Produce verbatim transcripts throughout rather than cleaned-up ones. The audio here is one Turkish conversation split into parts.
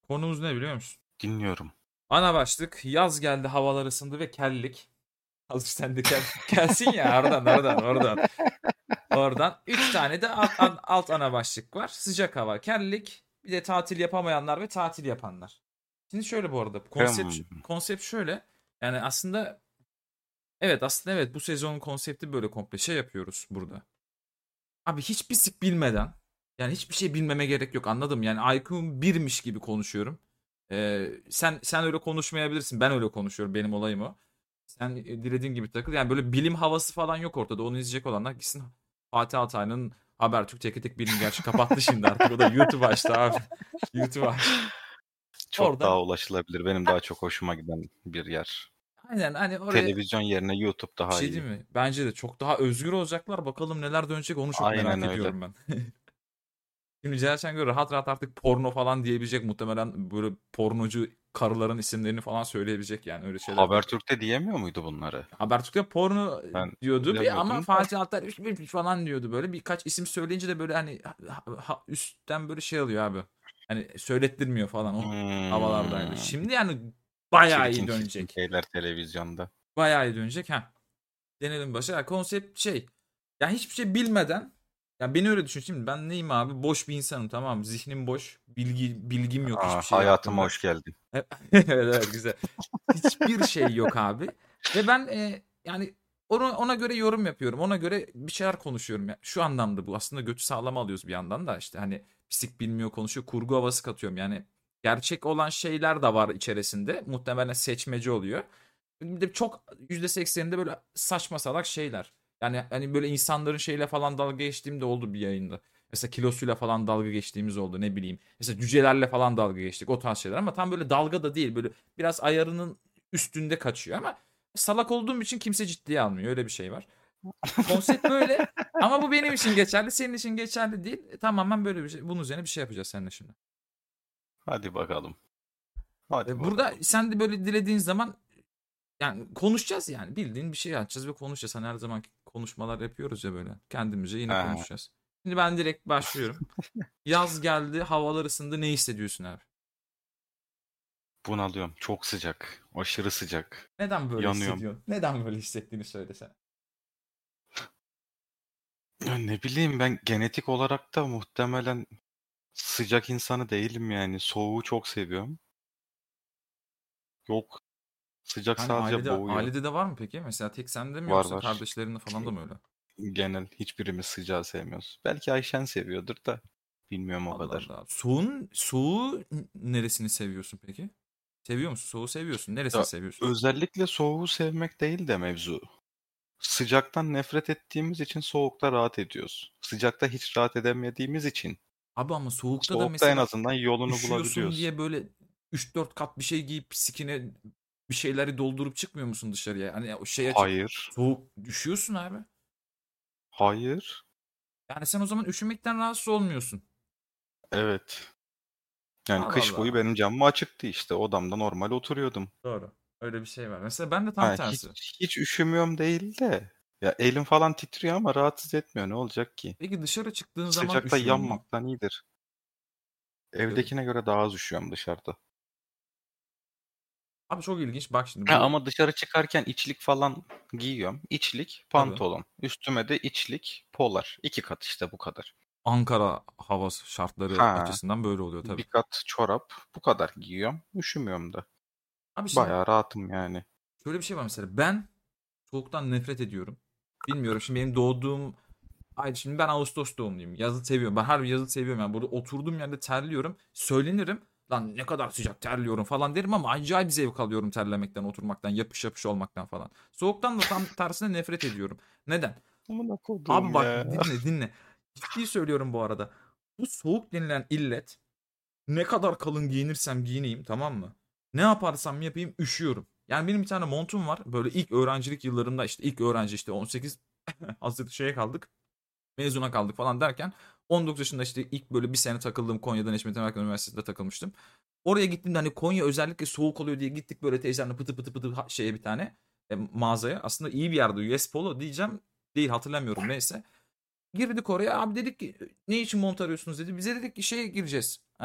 Konumuz ne biliyor musun? Dinliyorum. Ana başlık yaz geldi, havalar ısındı ve kellik. Azıcık sen de kel, kelsin ya, oradan oradan oradan. Oradan üç tane de alt, alt, alt ana başlık var. Sıcak hava, kellik, bir de tatil yapamayanlar ve tatil yapanlar. Şimdi şöyle, bu arada konsept Hmm. konsept şöyle. Yani aslında evet aslında evet bu sezonun konsepti böyle komple şey yapıyoruz burada. Abi hiçbir sik bilmeden, yani hiçbir şey bilmeme gerek yok, anladım. Yani I Q'm birmiş gibi konuşuyorum. Ee, sen sen öyle konuşmayabilirsin. Ben öyle konuşuyorum. Benim olayım o. Sen e, dilediğin gibi takıl. Yani böyle bilim havası falan yok ortada. Onu izleyecek olanlar gitsin Fatih Altaylı'nın Habertürk Teke Tek Bilim, gerçi kapattı şimdi artık. O da YouTube açtı abi. YouTube aç. Çok Oradan daha ulaşılabilir. Benim ha, daha çok hoşuma giden bir yer. aynen hani oraya Televizyon yerine YouTube bir daha şey değil iyi. mi? Bence de çok daha özgür olacaklar. Bakalım neler dönecek, onu çok Aynen merak öyle. ediyorum ben. Şimdi Celal Şengör rahat rahat artık porno falan diyebilecek, muhtemelen böyle pornocu karıların isimlerini falan söyleyebilecek, yani öyle şeyler de. Habertürk'te diyemiyor muydu bunları? Habertürk'te porno Ben diyordu bir, ama bilemiyordum da. Fatih Altaylı bir- bir falan diyordu, böyle birkaç isim söyleyince de böyle hani ha- ha- üstten böyle şey alıyor abi. Hani söylettirmiyor falan, o havalardaydı. Hmm. Şimdi yani bayağı iyi Çirkin çirkin dönecek. şeyler televizyonda. Bayağı iyi dönecek ha. Denelim başa. Ya konsept şey. Ya hiçbir şey bilmeden, ya beni öyle düşün şimdi, ben neyim abi? Boş bir insanım, tamam mı? Zihnim boş. Bilgi bilgim yok Aa, hiçbir şey hayatıma hakkında. hoş geldin. Evet, evet, güzel. Hiçbir şey yok abi. Ve ben e, yani ona, ona göre yorum yapıyorum. Ona göre bir şeyler konuşuyorum. Ya. Şu anlamda bu. Aslında götü sağlama alıyoruz bir yandan da, işte hani pislik bilmiyor konuşuyor. Kurgu havası katıyorum. Yani gerçek olan şeyler de var içerisinde. Muhtemelen seçmece oluyor. Bir de çok yüzde sekseninde böyle saçma salak şeyler. Yani hani böyle insanların şeyle falan dalga geçtiğim de oldu bir yayında. Mesela kilosuyla falan dalga geçtiğimiz oldu, ne bileyim. Mesela cücelerle falan dalga geçtik, o tarz şeyler, ama tam böyle dalga da değil, böyle biraz ayarının üstünde kaçıyor, ama salak olduğum için kimse ciddiye almıyor, öyle bir şey var. Konsept böyle, ama bu benim için geçerli, senin için geçerli değil. E, tamamen böyle bir şey, bunun üzerine bir şey yapacağız seninle şimdi. Hadi bakalım. Hadi E, burada bakalım. sen de böyle dilediğin zaman, yani konuşacağız, yani bildiğin bir şey açacağız ve konuşacağız. Hani her zaman konuşmalar yapıyoruz ya böyle. Kendimizce yine Ha, konuşacağız. Şimdi ben direkt başlıyorum. Yaz geldi, havalar ısındı. Ne hissediyorsun abi? bunalıyorum. Çok sıcak. Aşırı sıcak. Neden böyle Yanıyorum. hissediyorsun? Neden böyle hissettiğini söylesene. Ya ne bileyim, ben genetik olarak da muhtemelen sıcak insanı değilim yani. Soğuğu çok seviyorum. Yok. Sıcak Yani sadece ailede boğuyor. ailede de var mı peki? Mesela tek sende mi, Var yoksa var. kardeşlerinde falan da mı öyle? Genel hiçbirimiz sıcağı sevmiyoruz. Belki Ayşen seviyordur da bilmiyorum o Allah kadar. Allah. Soğuğun, soğuğu neresini seviyorsun peki? Seviyor musun? Soğuğu seviyorsun. Neresini Ya seviyorsun? özellikle soğuğu sevmek değil de mevzu. Sıcaktan nefret ettiğimiz için soğukta rahat ediyoruz. Sıcakta hiç rahat edemediğimiz için Abi ama soğukta da soğukta en mesela azından yolunu üşüyorsun bulabiliyoruz. diye böyle üç dört kat bir şey giyip sikine bir şeyleri doldurup çıkmıyor musun dışarıya? Hani o şey açık, Hayır. soğuk üşüyorsun abi. Hayır. Yani sen o zaman üşümekten rahatsız olmuyorsun. Evet. Yani Allah kış boyu Allah. benim camım açıktı işte. Odamda normal oturuyordum. Doğru. Öyle bir şey var. Mesela ben de tam Ha, tersi. hiç hiç üşümüyorum değil de ya elim falan titriyor ama rahatsız etmiyor. Ne olacak ki? Peki dışarı çıktığın zaman Sıcakta üşüyor mu? yanmaktan iyidir. Yok. Evdekine göre daha az üşüyorum dışarıda. Abi çok ilginç. Bak şimdi Ha, bu, ama dışarı çıkarken içlik falan giyiyorum. İçlik, tabii pantolon. Üstüme de içlik, polar. İki kat işte, bu kadar. Ankara hava şartları Ha, açısından böyle oluyor tabii. bir kat çorap, bu kadar giyiyorum. Üşümüyorum da. Abi şimdi Bayağı rahatım yani. şöyle bir şey var mesela. Ben soğuktan nefret ediyorum. Bilmiyorum, şimdi benim doğduğum ay, şimdi ben Ağustos doğumluyum. Yazı seviyorum. Ben harbi yazı seviyorum. Yani burada oturduğum yerde terliyorum. Söylenirim. Lan ne kadar sıcak, terliyorum falan derim, ama acayip zevk alıyorum terlemekten, oturmaktan, yapış yapış olmaktan falan. Soğuktan da tam tersine nefret ediyorum. Neden? Amına Abi koduğum bak, ya. dinle dinle. Ciddi söylüyorum bu arada. Bu soğuk denilen illet, ne kadar kalın giyinirsem giyineyim, tamam mı? Ne yaparsam yapayım üşüyorum. Yani benim bir tane montum var. Böyle ilk öğrencilik yıllarımda, işte ilk öğrenci, işte on sekiz hazır şeye kaldık. Mezuna kaldık falan derken on dokuz yaşında işte ilk böyle bir sene takıldığım Konya'da Necmettin Erbakan Üniversitesi'nde takılmıştım. Oraya gittiğimde hani Konya özellikle soğuk oluyor diye gittik böyle teyzemle pıtı pıtı pıtı şeye, bir tane e, mağazaya. Aslında iyi bir yerde, U S Polo diyeceğim, değil, hatırlamıyorum, neyse. Girdik oraya, abi dedik ki ne için mont arıyorsunuz dedi. Bize dedik ki şeye gireceğiz. Ha,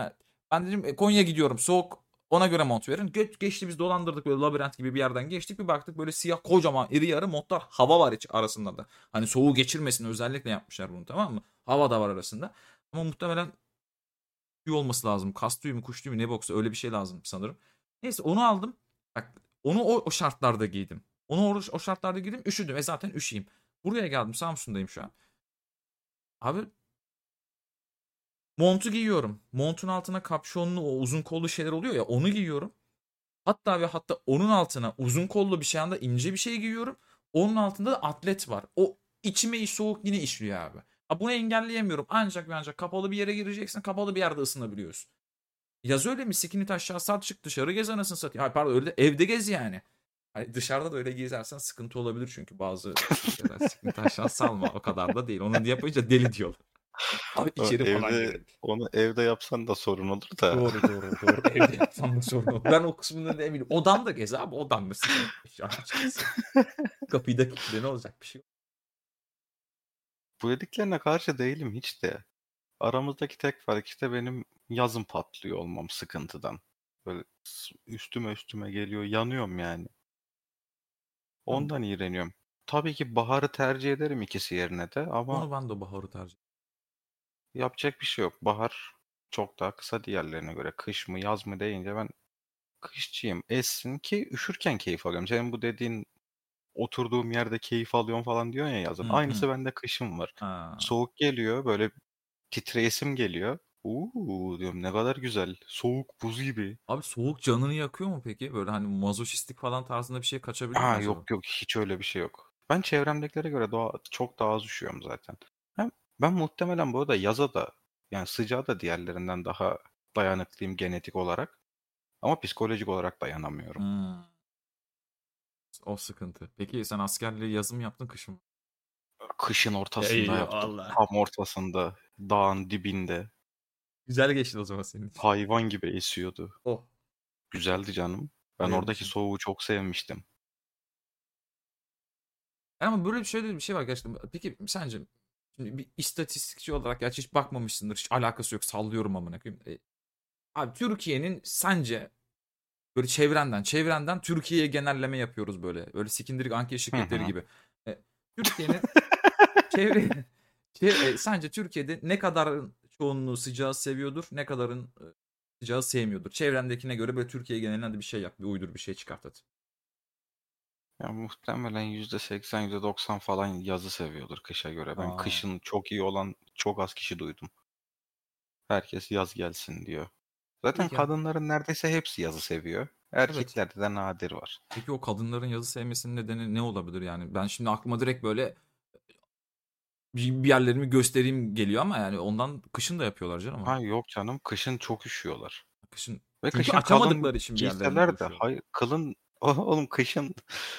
Ben dedim e, Konya gidiyorum soğuk, ona göre mont verin. Geç, geçti biz dolandırdık böyle labirent gibi bir yerden geçtik, bir baktık böyle siyah kocaman iri yarı montlar, hava var iç arasında da. Hani soğuğu geçirmesin özellikle yapmışlar bunu, tamam mı? Hava da var arasında. Ama muhtemelen tüy olması lazım. Kas tüyü mü kuş tüyü mü ne boksa öyle bir şey lazım sanırım. Neyse onu aldım. Bak onu o, o şartlarda giydim. Onu o, o şartlarda giydim, üşüdüm. E zaten üşüyeyim. Buraya geldim, Samsun'dayım şu an. Abi montu giyiyorum. Montun altına kapşonlu o uzun kollu şeyler oluyor ya, onu giyiyorum. Hatta ve hatta onun altına uzun kollu bir şey, anda ince bir şey giyiyorum. Onun altında da atlet var. O içime soğuk yine işliyor abi. Ha, bunu engelleyemiyorum. Ancak ve ancak kapalı bir yere gireceksin. Kapalı bir yerde ısınabiliyorsun. Yaz öyle mi? Skinny aşağı sat, çık dışarı gez anasını satayım. Hayır pardon, öyle de evde gez yani. Hani dışarıda da öyle gezersen sıkıntı olabilir çünkü bazı ülkeler skinny aşağı salma, o kadar da değil. Onu yapınca deli diyorlar. Abi O içeri falan evde girin. onu evde yapsan da sorun olur da. Doğru doğru doğru. Evde yapsam da sorun olur. Ben o kısmında da eminim. Odanda gez abi. Odanda sıkıntı yok. Şu an açıkçası. Kapıyı da kilitle, ne olacak bir şey yok. Bu dediklerine karşı değilim hiç de. Aramızdaki tek fark işte benim yazın patlıyor olmam sıkıntıdan. Böyle s- üstüme üstüme geliyor, yanıyorum yani. Tamam. Ondan iğreniyorum. Tabii ki baharı tercih ederim ikisi yerine de ama Onu ben de baharı tercih yapacak bir şey yok. Bahar çok daha kısa diğerlerine göre. Kış mı yaz mı deyince ben kışçıyım. Essin ki üşürken keyif alıyorum. Senin bu dediğin oturduğum yerde keyif alıyorum falan diyorsun ya yazın. ediyorum. Hı hı. Aynısı bende kışın var. Ha. Soğuk geliyor böyle titreyesim geliyor. Uuu diyorum ne kadar güzel. Soğuk buz gibi. Abi soğuk canını yakıyor mu peki? Böyle hani mazoşistlik falan tarzında bir şey kaçabiliyor mu Aa acaba? yok yok hiç öyle bir şey yok. Ben çevremdekilere göre doğa, çok daha az üşüyorum zaten. Hem ben muhtemelen bu arada yaza da yani sıcağa da diğerlerinden daha dayanıklıyım genetik olarak. Ama psikolojik olarak dayanamıyorum. Hmm. O sıkıntı. Peki sen askerliği yazın mı yaptın, kışın mı? Kışın ortasında yaptım. Eyvallah. Tam ortasında. Dağın dibinde. Güzel geçti o zaman senin için. Hayvan gibi esiyordu. Oh. Güzeldi canım. Ben oradaki Hayırlısı. soğuğu çok sevmiştim. Ama böyle bir şöyle bir şey var gerçekten. Peki sence şimdi bir istatistikçi olarak, gerçi hiç bakmamışsındır. Hiç alakası yok. Sallıyorum amına koyayım. E, abi Türkiye'nin sence böyle çevrenden çevrenden Türkiye'ye genelleme yapıyoruz böyle. Böyle sikindirik anket Hı şirketleri hı. gibi. E, Türkiye'nin çevre çe- e, sence Türkiye'de ne kadarın çoğunluğu sıcağı seviyordur, ne kadarın e, sıcağı sevmiyordur? Çevrendekine göre böyle Türkiye genelinde bir şey yap, bir uydur, bir şey çıkart hadi. Ya muhtemelen yüzde seksen, yüzde doksan falan yazı seviyordur kışa göre. Ben Aa, kışın çok iyi olan çok az kişi duydum. Herkes yaz gelsin diyor. Zaten peki ya. kadınların neredeyse hepsi yazı seviyor. Evet. Erkeklerde de nadir var. Peki o kadınların yazı sevmesinin nedeni ne olabilir yani? Ben şimdi aklıma direkt böyle bir, bir yerlerimi göstereyim geliyor ama yani ondan kışın da yapıyorlar canım Ha onu. yok canım kışın çok üşüyorlar. Kışın Ve çünkü kışın kalın açamadıkları için bir yerlerini giyseler de üşüyor. hayır kalın oğlum kışın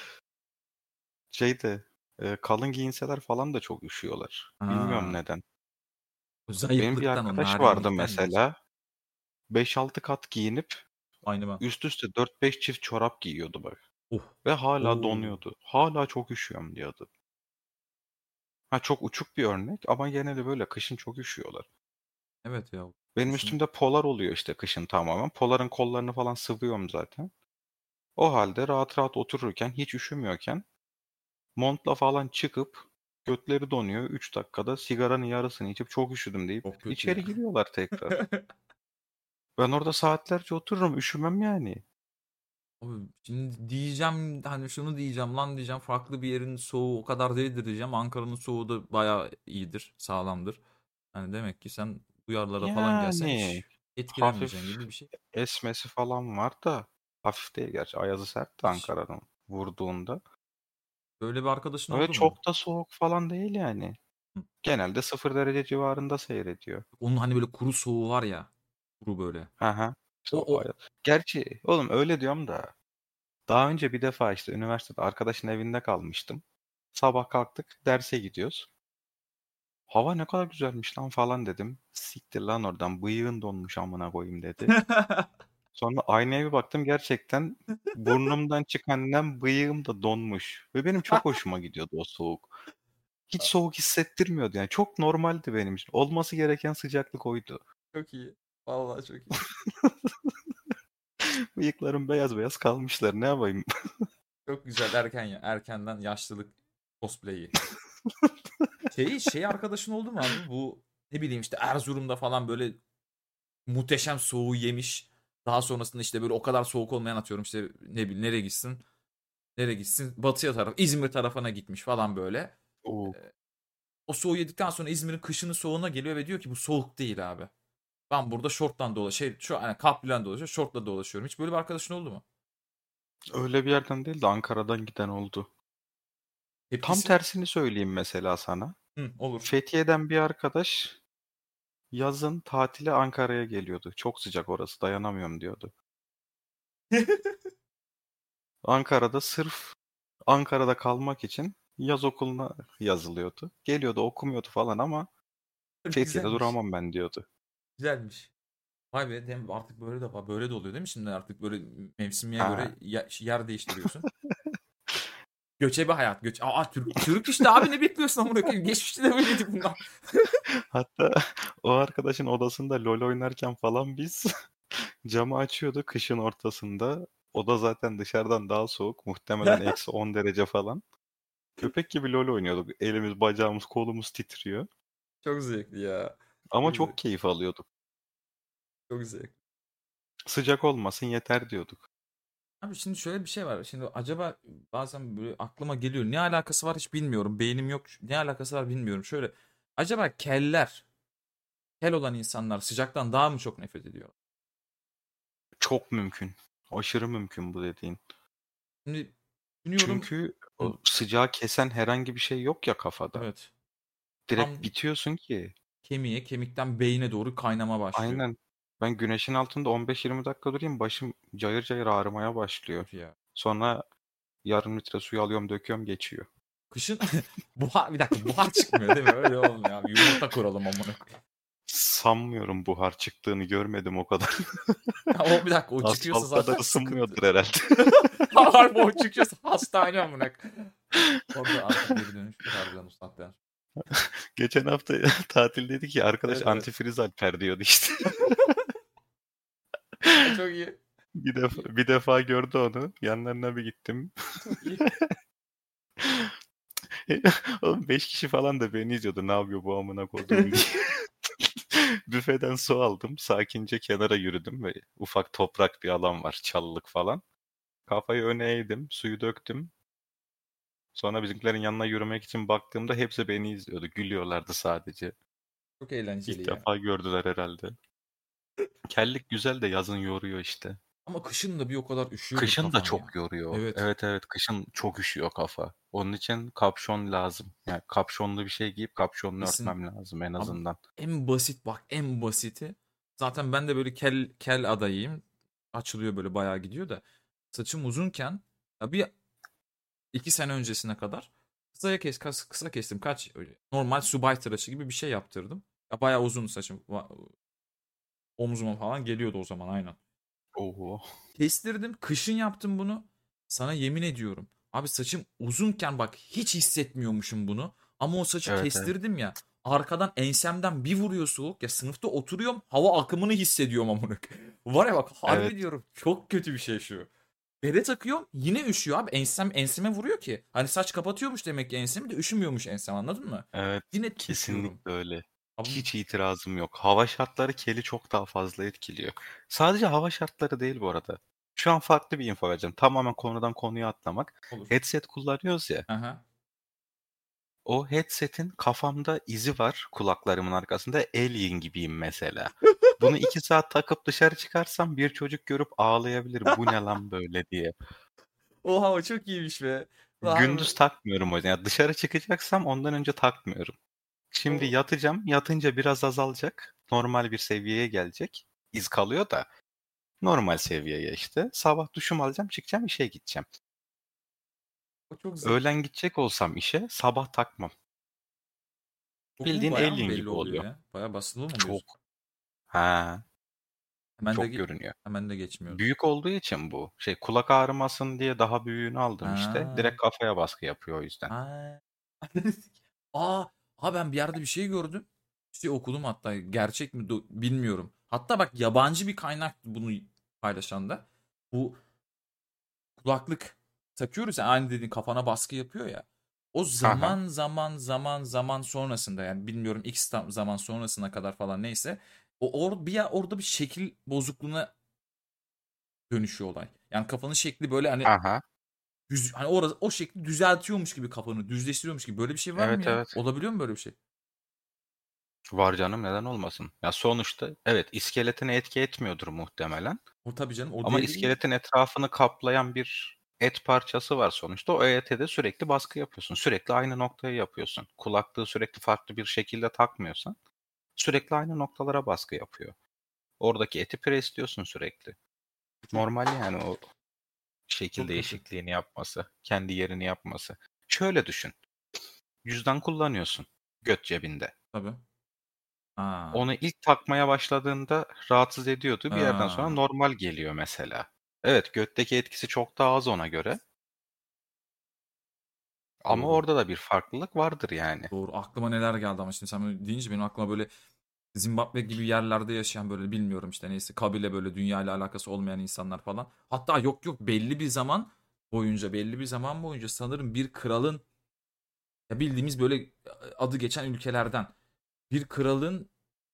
şeyde e, kalın giyinseler falan da çok üşüyorlar. Bilmiyorum Ha, neden. Benim bir zayıflıktan, o arkadaş vardı narinlikten mi acaba? mesela beş altı kat giyinip Aynı ben. üst üste dört beş çift çorap giyiyordu bak. Oh. Ve hala Oo. donuyordu. Hala çok üşüyorum diyordu. Ha çok uçuk bir örnek ama genelde böyle kışın çok üşüyorlar. Evet ya. Benim Kışın. üstümde polar oluyor işte kışın tamamen. Poların kollarını falan sıvıyorum zaten. O halde rahat rahat otururken hiç üşümüyorken montla falan çıkıp götleri donuyor. Üç dakikada sigaranın yarısını içip çok üşüdüm deyip Çok kötü içeri ya. giriyorlar tekrar. Ben orada saatlerce otururum üşümem yani. Abi şimdi diyeceğim, hani şunu diyeceğim lan, diyeceğim farklı bir yerin soğuğu o kadar değildir diyeceğim. Ankara'nın soğuğu da bayağı iyidir, sağlamdır. Hani demek ki sen bu yerlere falan gelsen Yani hiç etkilenmeyeceğin hafif gibi bir şey. esmesi falan var da hafif değil gerçi. Ayazı sert de Hiç. Ankara'nın vurduğunda. Böyle bir arkadaşın Öyle oldu mu? çok da soğuk falan değil yani. Hı. Genelde sıfır derece civarında seyrediyor. Onun hani böyle kuru soğuğu var ya. Kuru böyle. Hı hı. İşte O o o. ayaz. Gerçi oğlum öyle diyorum da daha önce bir defa işte üniversitede arkadaşın evinde kalmıştım. Sabah kalktık derse gidiyoruz. Hava ne kadar güzelmiş lan falan dedim. Siktir lan oradan bıyığın donmuş amına koyayım dedi. Sonra aynaya bir baktım gerçekten burnumdan çıkan nem bıyığım da donmuş. Ve benim çok hoşuma gidiyordu o soğuk. Hiç soğuk hissettirmiyordu yani. Çok normaldi benim için. Olması gereken sıcaklık oydu. Çok iyi. Vallahi çok iyi. Bıyıklarım beyaz beyaz kalmışlar. Ne yapayım? Çok güzel erken ya. Erkenden yaşlılık cosplay'i. Şey, şey arkadaşın oldu mu abi? Bu ne bileyim işte Erzurum'da falan böyle muhteşem soğuğu yemiş. Daha sonrasında işte böyle o kadar soğuk olmayan atıyorum işte ne bileyim nereye gitsin? Nereye gitsin? Batıya taraf, İzmir tarafına gitmiş falan böyle. Oo. O soğuğu yedikten sonra İzmir'in kışının soğuğuna geliyor ve diyor ki bu soğuk değil abi. Ben burada şortla dolaş, şey, şu yani kaplıyla dolaşıyorum, şortla dolaşıyorum. Hiç böyle bir arkadaşın oldu mu? Öyle bir yerden değil de Ankara'dan giden oldu. Tam Tepkisi? tersini söyleyeyim mesela sana. Hı, olur. Fethiye'den bir arkadaş yazın tatile Ankara'ya geliyordu. Çok sıcak orası, dayanamıyorum diyordu. Ankara'da sırf Ankara'da kalmak için yaz okuluna yazılıyordu. Geliyordu, okumuyordu falan ama Fethiye'de Güzelmiş. duramam ben diyordu. Güzelmiş. Vay be, dem- artık böyle de böyle de oluyor değil mi şimdi artık böyle mevsimine Ha. göre ya- yer değiştiriyorsun. Göçebe hayat. Göç Aa, Türk Türk işte abi, ne bekliyorsun amına koyayım? Geçmişte de böyleydi bundan. Hatta o arkadaşın odasında LoL oynarken falan biz camı açıyordu kışın ortasında. Oda zaten dışarıdan daha soğuk. Muhtemelen eksi on derece falan. Köpek gibi LoL oynuyorduk. Elimiz, bacağımız, kolumuz titriyor. Çok zevkli ya. Ama Çok çok zevkli. keyif alıyorduk. Çok zevkli. Sıcak olmasın yeter diyorduk. Abi şimdi şöyle bir şey var. Şimdi acaba bazen böyle aklıma geliyor. Ne alakası var hiç bilmiyorum. Beynim yok. Ne alakası var bilmiyorum. Şöyle. Acaba keller, kel olan insanlar sıcaktan daha mı çok nefret ediyor? Çok mümkün. Aşırı mümkün bu dediğin. Şimdi düşünüyorum. Çünkü Hı, o sıcağı kesen herhangi bir şey yok ya kafada. evet. Direkt Tam bitiyorsun ki. kemiğe, kemikten beyine doğru kaynama başlıyor. Aynen. Ben güneşin altında on beş yirmi dakika durayım başım cayır cayır ağrımaya başlıyor. Kötü ya. Sonra yarım litre suyu alıyorum döküyorum geçiyor. Kışın buhar, bir dakika, buhar çıkmıyor değil mi? Öyle olmuyor abi. Yumurta kuralım amına koyayım. Sanmıyorum buhar çıktığını görmedim o kadar. O bir dakika, o çıkıyorsa Asfalt kadar zaten sıkıntı. ısınmıyordur herhalde. Harbi o çıkıyorsa hastane amına koyayım. Orada artık geri dönüştür harbiden o saatten. Geçen hafta tatildeydik ya arkadaş Evet, evet. antifriz alper diyordu işte. Çok iyi. Bir Çok defa, iyi. bir defa gördü onu. Yanlarına bir gittim. Çok iyi. Oğlum beş kişi falan da beni izliyordu. Ne yapıyor bu amına koduğum diye. Büfeden su aldım. Sakince kenara yürüdüm ve ufak toprak bir alan var. Çalılık falan. Kafayı öne eğdim. Suyu döktüm. Sonra bizimkilerin yanına yürümek için baktığımda hepsi beni izliyordu. Gülüyorlardı sadece. Çok eğlenceli İlk ya. defa gördüler herhalde. Kellik güzel de yazın yoruyor işte. Ama kışın da bir o kadar üşüyordur Kışın da kafan ya. çok yoruyor. Evet. Evet evet kışın çok üşüyor kafa. Onun için kapşon lazım. Yani kapşonlu bir şey giyip kapşonunu Kesin. örtmem lazım en Abi, azından. en basit bak, en basiti. Zaten ben de böyle kel kel adayıyım. Açılıyor böyle, bayağı gidiyor da. Saçım uzunken ya bir iki sene öncesine kadar kısaya kes, kısa, kısa kestim. Kaç öyle normal subay tıraşı gibi bir şey yaptırdım. Ya bayağı uzun saçım. Va- Omzuma falan geliyordu o zaman, aynen. Oo. Kestirdim. Kışın yaptım bunu. Sana yemin ediyorum. Abi saçım uzunken bak hiç hissetmiyormuşum bunu. Ama o saçı Evet evet. kestirdim ya. Arkadan ensemden bir vuruyor soğuk. Ya sınıfta oturuyorum. Hava akımını hissediyorum amına koyayım. Var ya bak, Evet harbi diyorum. Çok kötü bir şey şu. Bere takıyorum yine üşüyor abi. Ensem enseme vuruyor ki. Hani saç kapatıyormuş demek ki ensemi de üşümüyormuş ensem, anladın mı? evet Yine üşüyorum. kesinlikle öyle. Abi Hiç itirazım yok. Hava şartları keli çok daha fazla etkiliyor. Sadece hava şartları değil bu arada. Şu an farklı bir info vereceğim. Tamamen konudan konuya atlamak. olur. Headset kullanıyoruz ya. Aha. O headset'in kafamda izi var kulaklarımın arkasında. Alien gibiyim mesela. Bunu iki saat takıp dışarı çıkarsam bir çocuk görüp ağlayabilir. Bu ne lan böyle diye. Oha, o çok iyiymiş be. Harbi. Gündüz takmıyorum o yüzden. Yani dışarı çıkacaksam ondan önce takmıyorum. Şimdi O, yatacağım. Yatınca biraz azalacak. Normal bir seviyeye gelecek. İz kalıyor da normal seviyeye işte. Sabah duşumu alacağım, çıkacağım, işe gideceğim. o çok zevk. Öğlen gidecek olsam işe sabah takmam. Kokumu Bildiğin bayağı mı alien belli gibi oluyor oluyor. ya? Bayağı basılı mı Çok. oluyorsun? Ha, Hemen de çok ge- görünüyor. hemen de geçmiyordur. Büyük olduğu için bu. Şey kulak ağrımasın diye daha büyüğünü aldım işte. Ha. Direkt kafaya baskı yapıyor o yüzden. Ha. Aa, ha ben bir yerde bir şey gördüm. Bir şey okudum hatta, gerçek mi do- bilmiyorum. Hatta bak yabancı bir kaynak bunu paylaşan da. Bu kulaklık takıyoruz ya, aynı dediğin kafana baskı yapıyor ya. O Aha. zaman zaman zaman zaman sonrasında, yani bilmiyorum X tam zaman sonrasına kadar falan neyse. O or bir ya orada bir şekil bozukluğuna dönüşüyor olay. Yani kafanın şekli böyle hani Aha. düz, hani orada o şekli düzeltiyormuş gibi, kafanı düzleştiriyormuş gibi, böyle bir şey var mı Evet, ya? evet. Olabiliyor mu böyle bir şey? Var canım, neden olmasın? Ya sonuçta evet, iskeletine etki etmiyordur muhtemelen. O tabii canım, o Ama deri. iskeletin etrafını kaplayan bir et parçası var sonuçta. O ete de sürekli baskı yapıyorsun. Sürekli aynı noktayı yapıyorsun. Kulaklığı sürekli farklı bir şekilde takmıyorsan sürekli aynı noktalara baskı yapıyor. Oradaki eti presliyorsun sürekli. Çok Normal yani o şekil çok kötü. değişikliğini yapması, kendi yerini yapması. Şöyle düşün. Cüzdan kullanıyorsun göt cebinde. Tabii. Aa. Onu ilk takmaya başladığında rahatsız ediyordu. Bir yerden sonra Aa. normal geliyor mesela. Evet, götteki etkisi çok daha az ona göre. Ama Doğru. orada da bir farklılık vardır yani. Doğru. Aklıma neler geldi ama şimdi sen böyle deyince benim aklıma böyle Zimbabwe gibi yerlerde yaşayan, böyle bilmiyorum işte neyse, kabile, böyle dünya ile alakası olmayan insanlar falan. Hatta yok yok, belli bir zaman boyunca belli bir zaman boyunca sanırım bir kralın, ya bildiğimiz böyle adı geçen ülkelerden bir kralın,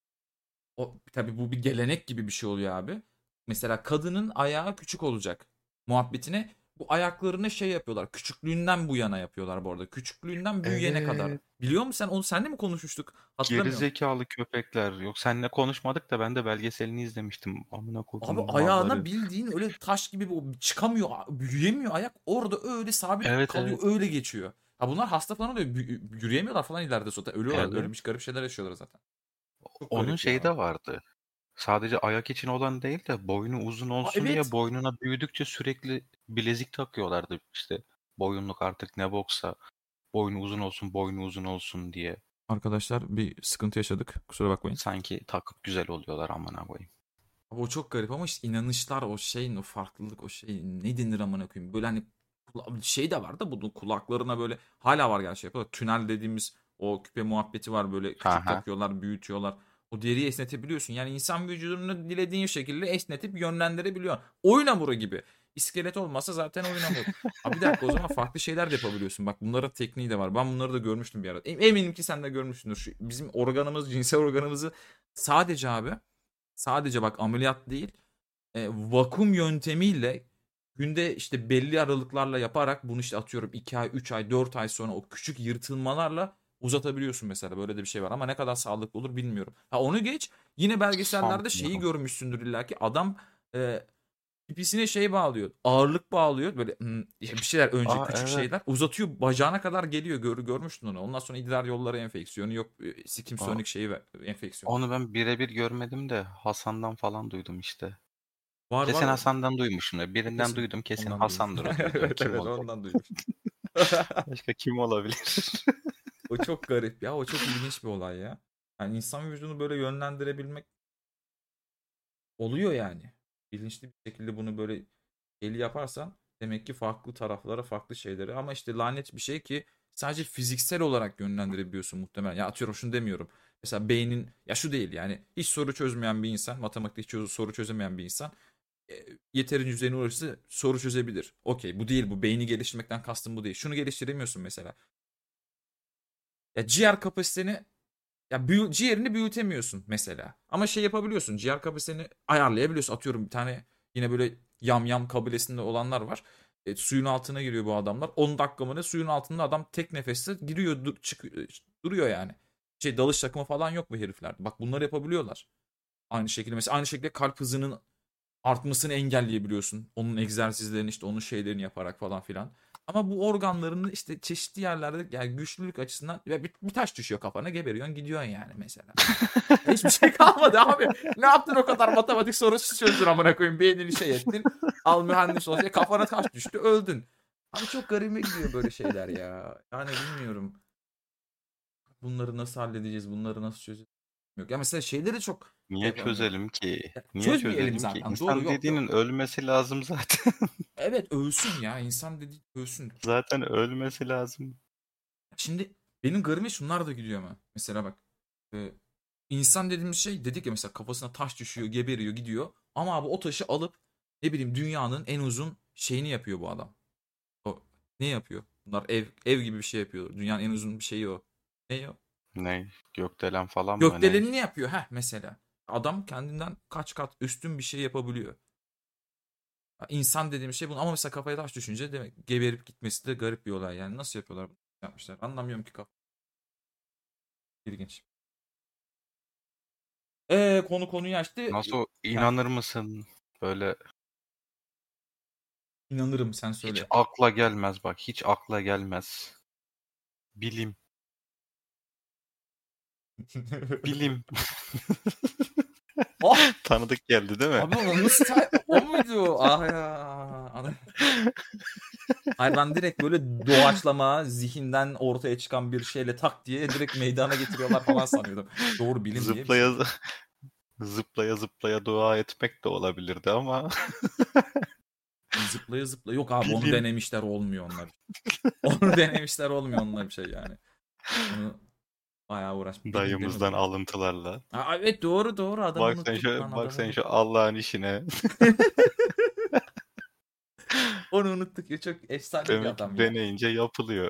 o tabii bu bir gelenek gibi bir şey oluyor abi. Mesela kadının ayağı küçük olacak muhabbetine, bu ayaklarını şey yapıyorlar. Küçüklüğünden bu yana yapıyorlar bu arada. Küçüklüğünden büyüyene kadar. Evet. Biliyor musun sen onu, senle mi konuşmuştuk? Hatırlamıyorum. Gerizekalı köpekler. Yok, seninle konuşmadık da ben de belgeselini izlemiştim. Amına Abi kodumun ayağına malları. bildiğin öyle taş gibi bu- çıkamıyor, büyüyemiyor ayak. Orada öyle sabit Evet, kalıyor, evet. öyle geçiyor. Ha bunlar hasta falan oluyor. bü- Yürüyemiyorlar falan ileride sonra. Ölüyorlar. Evet. Ölmüş garip şeyler yaşıyorlar zaten. Çok Onun garip şeyi ya. de vardı. Sadece ayak için olan değil de boynu uzun Aa, olsun diye evet. boynuna büyüdükçe sürekli bilezik takıyorlardı. İşte boyunluk artık ne boksa, boynu uzun olsun, boynu uzun olsun diye. Arkadaşlar bir sıkıntı yaşadık. Kusura bakmayın. Sanki takıp güzel oluyorlar amına koyayım. Abi o çok garip ama işte inanışlar, o şeyin o farklılık, o şey ne denir amına koyayım. Böyle hani kula- şey de var da bunun kulaklarına böyle hala var gerçi yapıyorlar. Tünel dediğimiz o küpe muhabbeti var, böyle Ha küçük ha. takıyorlar, büyütüyorlar. O deriyi esnetebiliyorsun. Yani insan vücudunu dilediğin şekilde esnetip yönlendirebiliyorsun. Oyun hamuru gibi. İskelet olmasa zaten oyun hamuru. Abi bir dakika, o zaman farklı şeyler de yapabiliyorsun. Bak bunların tekniği de var. Ben bunları da görmüştüm bir ara. Em- Eminim ki sen de görmüşsündür. Şu bizim organımız, cinsel organımızı sadece abi, sadece bak ameliyat değil, e, vakum yöntemiyle günde işte belli aralıklarla yaparak bunu, işte atıyorum iki ay, üç ay, dört ay sonra o küçük yırtılmalarla uzatabiliyorsun mesela. Böyle de bir şey var ama ne kadar sağlıklı olur bilmiyorum. Ha onu geç, yine belgesellerde şeyi Sanmıyorum. görmüşsündür illa ki, adam e, pipisine şey bağlıyor, ağırlık bağlıyor böyle, hmm, bir şeyler, önce Aa, küçük evet. şeyler uzatıyor, bacağına kadar geliyor. Gör, görmüştün onu. Ondan sonra idrar yolları enfeksiyonu, yok e, sikim Aa, sönük şeyi, enfeksiyon. onu ben birebir görmedim de Hasan'dan falan duydum işte. Var Kesin var. Hasan'dan duymuşumdur. E, Birinden kesin duydum. Kesin ondan duymuş. Hasan'dır o duyduğum. Evet Kim evet, olacak? ondan duymuş. Başka kim olabilir? O çok garip ya. O çok ilginç bir olay ya. Yani insan vücudunu böyle yönlendirebilmek oluyor yani. Bilinçli bir şekilde bunu böyle eli yaparsan demek ki farklı taraflara, farklı şeyleri, ama işte lanet bir şey ki sadece fiziksel olarak yönlendirebiliyorsun muhtemelen. Ya atıyorum, şunu demiyorum. Mesela beynin, ya şu değil yani, hiç soru çözmeyen bir insan, matematikte hiç çöz- soru çözemeyen bir insan e, yeterince üzerine uğraşırsa soru çözebilir. Okey, bu değil bu. Beyni geliştirmekten kastım bu değil. Şunu geliştiremiyorsun mesela. Ya ciğer kapasiteni, ya büyü, ciğerini büyütemiyorsun mesela. Ama şey yapabiliyorsun. Ciğer kapasiteni ayarlayabiliyorsun. Atıyorum bir tane yine böyle yamyam kabilesinde olanlar var. E, suyun altına giriyor bu adamlar. on dakika mı ne, suyun altında adam tek nefeste giriyor, dur, çık, duruyor yani. Şey, dalış takımı falan yok bu heriflerde. Bak bunları yapabiliyorlar. Aynı şekilde mesela, aynı şekilde kalp hızının artmasını engelleyebiliyorsun. Onun egzersizlerini, işte onun şeylerini yaparak falan filan. Ama bu organlarını işte çeşitli yerlerde, yani güçlülük açısından, ya bir, bir taş düşüyor kafana, geberiyorsun gidiyorsun yani mesela. Hiçbir şey kalmadı abi. Ne yaptın, o kadar matematik sorusu çözdün amına koyayım. Beynini şey ettin. Al mühendis ol. Kafana taş düştü, öldün. Abi çok garime gidiyor böyle şeyler ya. Yani bilmiyorum. Bunları nasıl halledeceğiz? Bunları nasıl çözeceğiz? Yok. Ya mesela şeyleri çok şey Niye yapamıyorum. çözelim ki? Ya Niye çözmeyelim çözelim ki? zaten. Doğru, İnsan yok yok. dediğinin ölmesi lazım zaten. Evet ölsün ya. İnsan dediği ölsün. Zaten ölmesi lazım. Şimdi benim garime şunlar da gidiyor ama. Mesela bak. İnsan dediğimiz şey dedik ya mesela kafasına taş düşüyor, geberiyor, gidiyor. Ama abi o taşı alıp ne bileyim dünyanın en uzun şeyini yapıyor bu adam. O ne yapıyor? Bunlar ev ev gibi bir şey yapıyor. Dünyanın en uzun bir şeyi o. Ne o? Ne? Gökdelen falan mı ne? Gökdelenini yapıyor heh mesela. Adam kendinden kaç kat üstün bir şey yapabiliyor. İnsan dediğim şey bu ama mesela kafaya taş düşünce demek geberip gitmesi de garip bir olay yani. Nasıl yapıyorlar bunu? Yapmışlar. Anlamıyorum ki kafa. İlginç. Ee, konu konuyu açtı. Nasıl Heh, inanır mısın? Böyle inanırım sen hiç söyle. akla gelmez bak. Hiç akla gelmez. Bilim. Bilim. Oh! Tanıdık geldi değil mi? Abi o nasıl tay- o muydu o? Ah ya. Ana- Hayır ben direkt böyle doğaçlama zihinden ortaya çıkan bir şeyle tak diye direkt meydana getiriyorlar falan sanıyordum. Doğru bilim diye bir şey. Zıplaya zıplaya zıplaya dua etmek de olabilirdi ama Zıplaya zıplaya. Yok abi onu bilim. denemişler olmuyor onlar. Onu denemişler olmuyor onlar bir şey yani. Onu bayağı uğraş. Bilim değil mi Dayımızdan bu? alıntılarla. Aa, evet doğru doğru adamı Bak sen unuttuk lan şu bak adamı sen şu unuttuk. Allah'ın işine. Onu unuttuk ya çok efsane bir Demek ki adam ya. deneyince yapılıyor.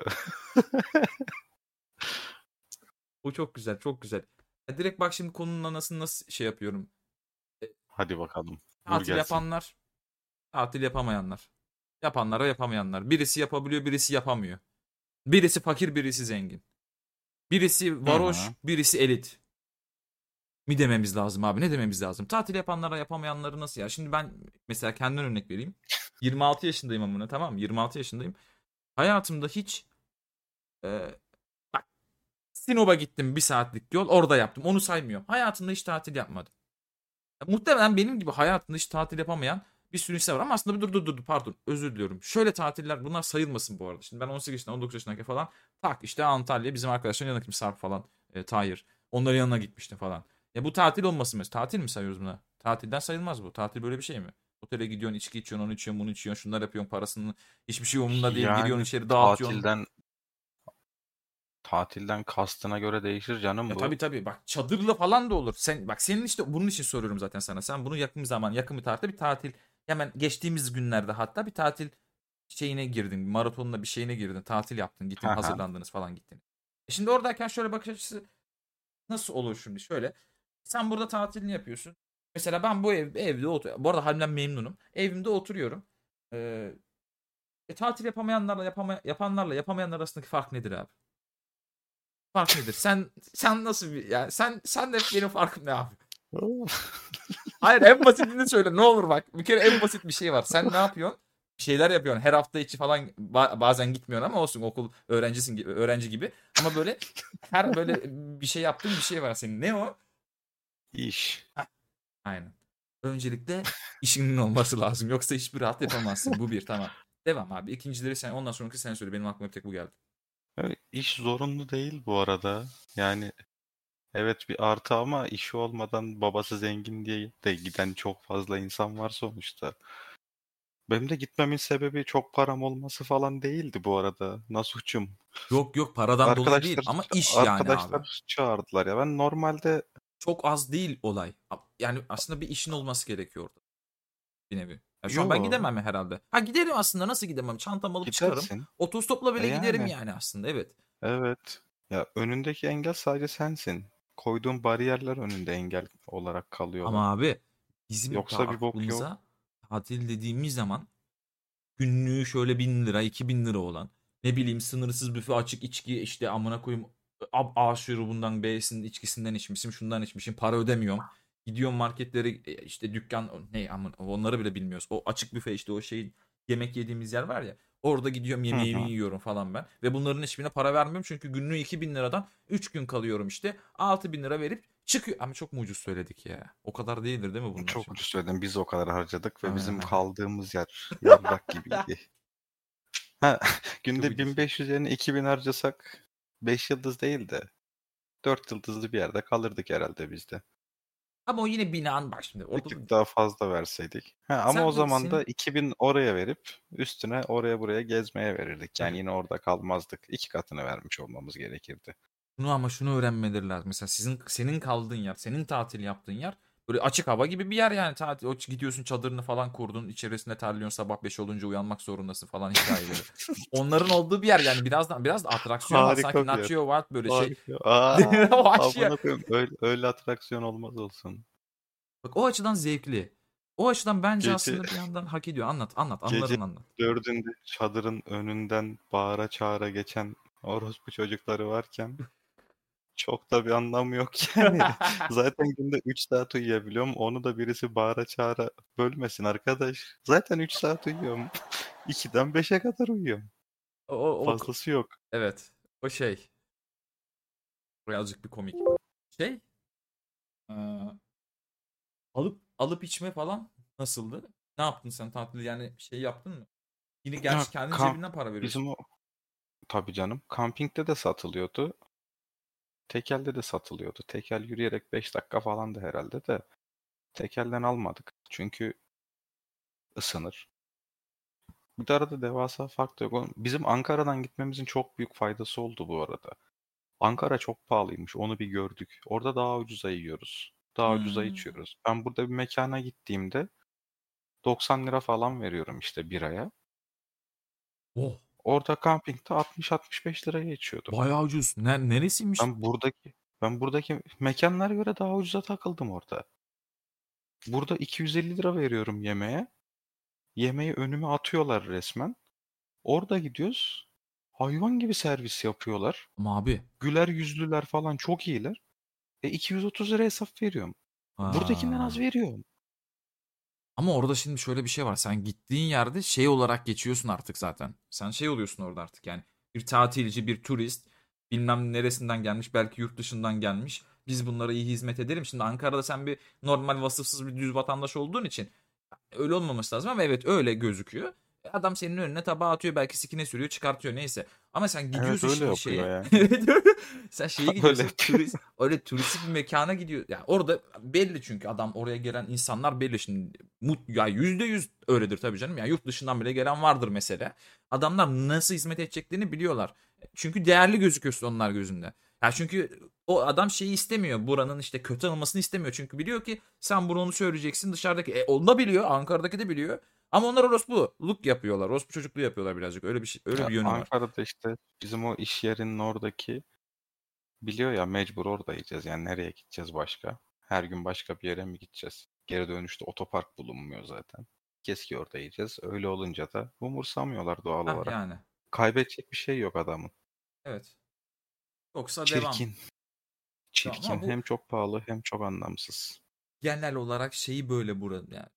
O çok güzel çok güzel. Ya direkt bak şimdi konunun anasını nasıl şey yapıyorum. E, Hadi bakalım. Vur Tatil gelsin. yapanlar, tatil yapamayanlar. Yapanlara yapamayanlar. Birisi yapabiliyor birisi yapamıyor. Birisi fakir birisi zengin. Birisi Hı varoş hı. birisi elit. Mi dememiz lazım abi ne dememiz lazım? Tatil yapanlara yapamayanları nasıl ya? Şimdi ben mesela kendimden örnek vereyim. yirmi altı yaşındayım amına tamam mı? yirmi altı yaşındayım. Hayatımda hiç e, bak Sinop'a gittim bir saatlik yol orada yaptım. Onu saymıyorum. Hayatımda hiç tatil yapmadım. Ya, muhtemelen benim gibi hayatında hiç tatil yapamayan bir sürü insan var. Ama aslında bir dur dur dur pardon özür diliyorum. Şöyle tatiller bunlar sayılmasın bu arada. Şimdi ben on sekiz yaşında on dokuz yaşındayken falan tak işte Antalya bizim arkadaşların yanına gittim Sarp falan e, Tahir. Onların yanına gitmiştim falan. Ya bu tatil olmasın mesela. Tatil mi sayıyoruz buna? Tatilden sayılmaz bu. Tatil böyle bir şey mi? Otele gidiyorsun, içki içiyorsun, onu içiyorsun, bunu içiyorsun, şunlar yapıyorsun, parasını hiçbir şey umurunda değil. Giriyorsun Yani içeri dağıtıyorsun. tatilden tatilden kastına göre değişir canım Ya bu. tabii tabii bak çadırlı falan da olur. Sen bak senin işte bunun için soruyorum zaten sana. Sen bunu yakın bir zaman, yakın bir tarihte bir tatil hemen geçtiğimiz günlerde hatta bir tatil şeyine girdin. Maratonla bir şeyine girdin. Tatil yaptın, gittin, Hı hı. hazırlandınız falan gittin. E şimdi oradayken şöyle bakış açısı nasıl olur şimdi? Şöyle. Sen burada tatilini yapıyorsun. Mesela ben bu ev, evde oturuyorum. Bu arada halimden memnunum. Evimde oturuyorum. Ee, e, tatil yapamayanlarla yapama, yapanlarla yapamayanlar arasındaki fark nedir abi? Fark nedir? Sen sen nasıl bir yani sen sen de benim farkım ne abi? Hayır en basitini söyle ne olur bak. Bir kere en basit bir şey var. Sen ne yapıyorsun? Bir şeyler yapıyorsun. Her hafta içi falan ba- bazen gitmiyorsun ama olsun okul öğrencisin gibi, öğrenci gibi. Ama böyle her böyle bir şey yaptığın bir şey var senin. Ne o? İş. Heh, aynen. Öncelikle işinin olması lazım. Yoksa hiçbir rahat yapamazsın. Bu bir tamam. Devam abi. İkincileri sen ondan sonraki sen söyle. Benim aklıma bir tek bu geldi. Evet, iş zorunlu değil bu arada. Yani evet bir artı ama işi olmadan babası zengin diye de giden çok fazla insan var sonuçta. Benim de gitmemin sebebi çok param olması falan değildi bu arada. Nasuh'cum. Yok yok paradan dolayı değil Arkadaşlar ama iş yani abi. arkadaşlar çağırdılar ya. Ben normalde Çok az değil olay. Yani aslında bir işin olması gerekiyor orada. Bir nevi. Ya şu an ben yo gidemem herhalde. Ha giderim aslında nasıl gidemem? Çantamı alıp çıkarım. gidersin. Otostopla E bile giderim yani yani aslında evet. evet. Ya önündeki engel sadece sensin. Koyduğun bariyerler önünde engel olarak kalıyorlar. Ama abi bizim daha Yoksa bir bok yok. aklımıza tatil dediğimiz zaman günlüğü şöyle bin lira iki bin lira olan ne bileyim sınırsız büfe açık içki işte amına koyayım A, A şurubundan B'sinin içkisinden içmişim şundan içmişim para ödemiyorum. Gidiyorum marketleri e, işte dükkan ne amına onları bile bilmiyoruz. O açık büfe işte o şey yemek yediğimiz yer var ya orada gidiyorum Hı yemeğimi hı. yiyorum falan ben. Ve bunların hiçbirine para vermiyorum çünkü günlüğü iki bin liradan üç gün kalıyorum işte altı bin lira verip çıkıyor. Ama çok mu ucuz söyledik ya. O kadar değildir değil mi bunlar Çok şimdi? ucuz söyledim. Biz o kadar harcadık ve bizim Aa, kaldığımız yer yarrak gibiydi. Ha, çok günde ucuz. bin beş yüz yerine iki bin harcasak beş yıldız değil de dört yıldızlı bir yerde kalırdık herhalde biz de. Ama o yine binanın bak şimdi Bir orada da tık daha fazla verseydik. Ha, ama o sen de zaman da senin iki bin oraya verip üstüne oraya buraya gezmeye verirdik. tabii Yani yine orada kalmazdık. İki katını vermiş olmamız gerekirdi. Bunu ama şunu öğrenmeleri lazım. Mesela sizin senin kaldığın yer, senin tatil yaptığın yer böyle açık hava gibi bir yer yani. Tatil, o gidiyorsun çadırını falan kurdun. İçerisinde terliyorsun, sabah beş olunca uyanmak zorundasın falan hikayeleri. Onların olduğu bir yer yani, biraz da biraz da atraksiyon var. Sanki Harika bir yer. Nacho Wild böyle şey. Harika. Aa, O açı, amına koyayım. Öyle, öyle atraksiyon olmaz olsun. bak o açıdan zevkli. O açıdan bence Gece aslında bir yandan hak ediyor. Anlat, anlat, gece anılarını anlat. dördünde çadırın önünden bağıra çağıra geçen orospu çocukları varken çok da bir anlamı yok yani. Zaten günde üç saat uyuyabiliyorum. Onu da birisi bağıra çağıra bölmesin arkadaş. Zaten üç saat uyuyorum. ikiden beşe kadar uyuyorum. O, o, o- Fazlası yok. evet. O şey. Birazcık bir komik. Şey. eee, alıp alıp içme falan nasıldı? Ne yaptın sen tatilde, yani şey yaptın mı? Yine Ya, gerçi kendi kamp, cebinden para veriyorsun. bizim o tabii canım. Kampingde de satılıyordu. Tekelde de satılıyordu. Tekel yürüyerek beş dakika falandı herhalde de. Tekelden almadık. Çünkü ısınır. Bir de arada devasa fark da yok. Oğlum, bizim Ankara'dan gitmemizin çok büyük faydası oldu bu arada. Ankara çok pahalıymış. Onu bir gördük. Orada daha ucuza yiyoruz. Daha ucuza Hmm. içiyoruz. Ben burada bir mekana gittiğimde doksan lira falan veriyorum işte biraya. Oh, Orada kampingde altmış altmış beş liraya içiyordum. bayağı ucuz. Ne, neresiymiş? Ben buradaki ben buradaki mekanlara göre daha ucuza takıldım orada. Burada iki yüz elli lira veriyorum yemeğe. Yemeği önüme atıyorlar resmen. Orada gidiyoruz. Hayvan gibi servis yapıyorlar. Ama abi. Güler yüzlüler falan çok iyiler. E iki yüz otuz lira hesap veriyorum. Buradakinden az Aa. veriyorum. Ama orada şimdi şöyle bir şey var. Sen gittiğin yerde şey olarak geçiyorsun artık zaten. Sen şey oluyorsun orada artık yani. Bir tatilci, bir turist. Bilmem neresinden gelmiş, belki yurt dışından gelmiş. Biz bunlara iyi hizmet edelim. Şimdi Ankara'da sen bir normal vasıfsız bir düz vatandaş olduğun için öyle olmaması lazım ama evet öyle gözüküyor. E, Adam senin önüne tabağı atıyor, belki sikine sürüyor, çıkartıyor, neyse. Ama sen Evet gidiyorsun öyle şimdi yapıyor şeye. ya. Evet öyle. Sen şeye Öyle gidiyorsun, yapıyor. turist öyle turistik bir mekana gidiyor. Yani orada belli, çünkü adam oraya gelen insanlar belli şimdi. Mut ya yüzde yüz öyledir tabii canım. Yani yurt dışından bile gelen vardır mesela. Adamlar nasıl hizmet edeceklerini biliyorlar. Çünkü değerli gözüküyorsun onlar gözünde. Ya çünkü o adam şeyi istemiyor. Buranın işte kötü anılmasını istemiyor. Çünkü biliyor ki sen bunu onu söyleyeceksin. Dışarıdaki e, onu da biliyor. Ankara'daki de biliyor. Ama onlar orospu look yapıyorlar. Orospu çocukluğu yapıyorlar birazcık. Öyle bir şey, öyle Ya bir yönü var. Ankara'da işte bizim o iş yerinin oradaki biliyor ya mecbur orada yiyeceğiz. Yani nereye gideceğiz başka? Her gün başka bir yere mi gideceğiz? Geri dönüşte otopark bulunmuyor zaten. Keşke orada yiyeceğiz. Öyle olunca da umursamıyorlar doğal Hah olarak. yani. Kaybedecek bir şey yok adamın. Evet. Yoksa devam. Çirkin. Tamam ama Çirkin. bu Hem çok pahalı hem çok anlamsız. genel olarak şeyi böyle burada yani.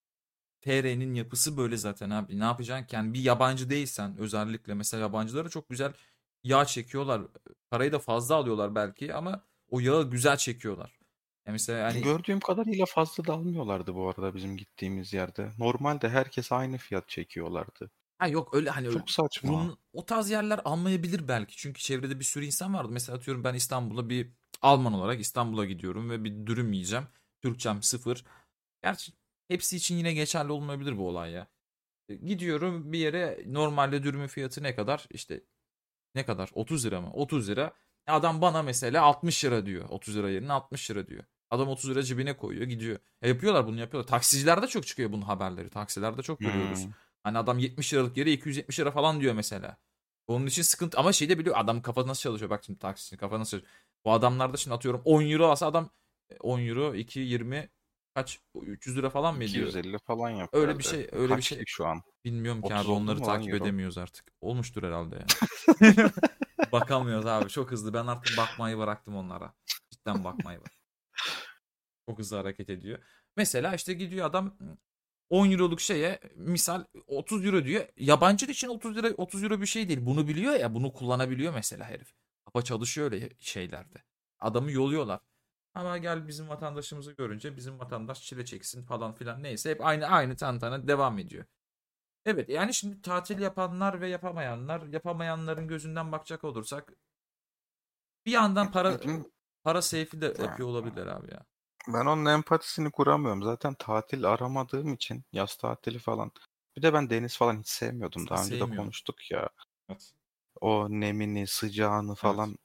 T R'nin yapısı böyle zaten abi. Ne yapacaksın ki? Yani bir yabancı değilsen özellikle, mesela yabancılara çok güzel yağ çekiyorlar. Parayı da fazla alıyorlar belki ama o yağı güzel çekiyorlar. Yani mesela hani Gördüğüm kadarıyla fazla da almıyorlardı bu arada bizim gittiğimiz yerde. Normalde herkes aynı fiyat çekiyorlardı. ha yok öyle hani öyle Çok saçma. turun o tarz yerler almayabilir belki. Çünkü çevrede bir sürü insan vardı. Mesela atıyorum ben İstanbul'a bir Alman olarak İstanbul'a gidiyorum ve bir dürüm yiyeceğim. Türkçem sıfır. Gerçi hepsi için yine geçerli olmayabilir bu olay ya. E, Gidiyorum bir yere, normalde dürümün fiyatı ne kadar? İşte ne kadar? otuz lira mı? otuz lira. Adam bana mesela altmış lira diyor. otuz lira yerine altmış lira diyor. Adam otuz lira cebine koyuyor, gidiyor. E yapıyorlar bunu, yapıyorlar. Taksicilerde çok çıkıyor bunun haberleri. Taksilerde çok görüyoruz. Hmm. Hani adam yetmiş liralık yere iki yüz yetmiş lira falan diyor mesela. Onun için sıkıntı, ama şey de biliyor adam kafa nasıl çalışıyor. Bak şimdi taksicinin kafa nasıl çalışıyor. Bu adamlarda şimdi atıyorum on euro alsa adam, e, on euro iki yirmi kaç, üç yüz lira falan mı ediyor? iki yüz elli falan yapıyor Öyle bir herhalde. şey, öyle bir Kaç şey. ki şu an? Bilmiyorum ki abi, otuz oldu onları mu lan takip euro? edemiyoruz artık. Olmuştur herhalde ya. Bakamıyoruz abi, çok hızlı. Ben artık bakmayı bıraktım onlara. Cidden bakmayı bıraktım. Çok hızlı hareket ediyor. Mesela işte gidiyor adam on euroluk şeye misal otuz euro diyor. Yabancı için otuz lira otuz euro bir şey değil. Bunu biliyor ya, bunu kullanabiliyor mesela herif. Kafa çalışıyor öyle şeylerde. Adamı yoluyorlar. Ama gel bizim vatandaşımızı görünce bizim vatandaş çile çeksin falan filan, neyse hep aynı aynı tantana devam ediyor. Evet yani şimdi tatil yapanlar ve yapamayanlar, yapamayanların gözünden bakacak olursak bir yandan para Bizim para seyfi de yapıyor olabilirler abi ya. ben onun empatisini kuramıyorum. Zaten tatil aramadığım için yaz tatili falan. Bir de ben deniz falan hiç sevmiyordum. Aslında Daha önce de sevmiyorum. konuştuk ya. Evet. O nemini, sıcağını Evet. falan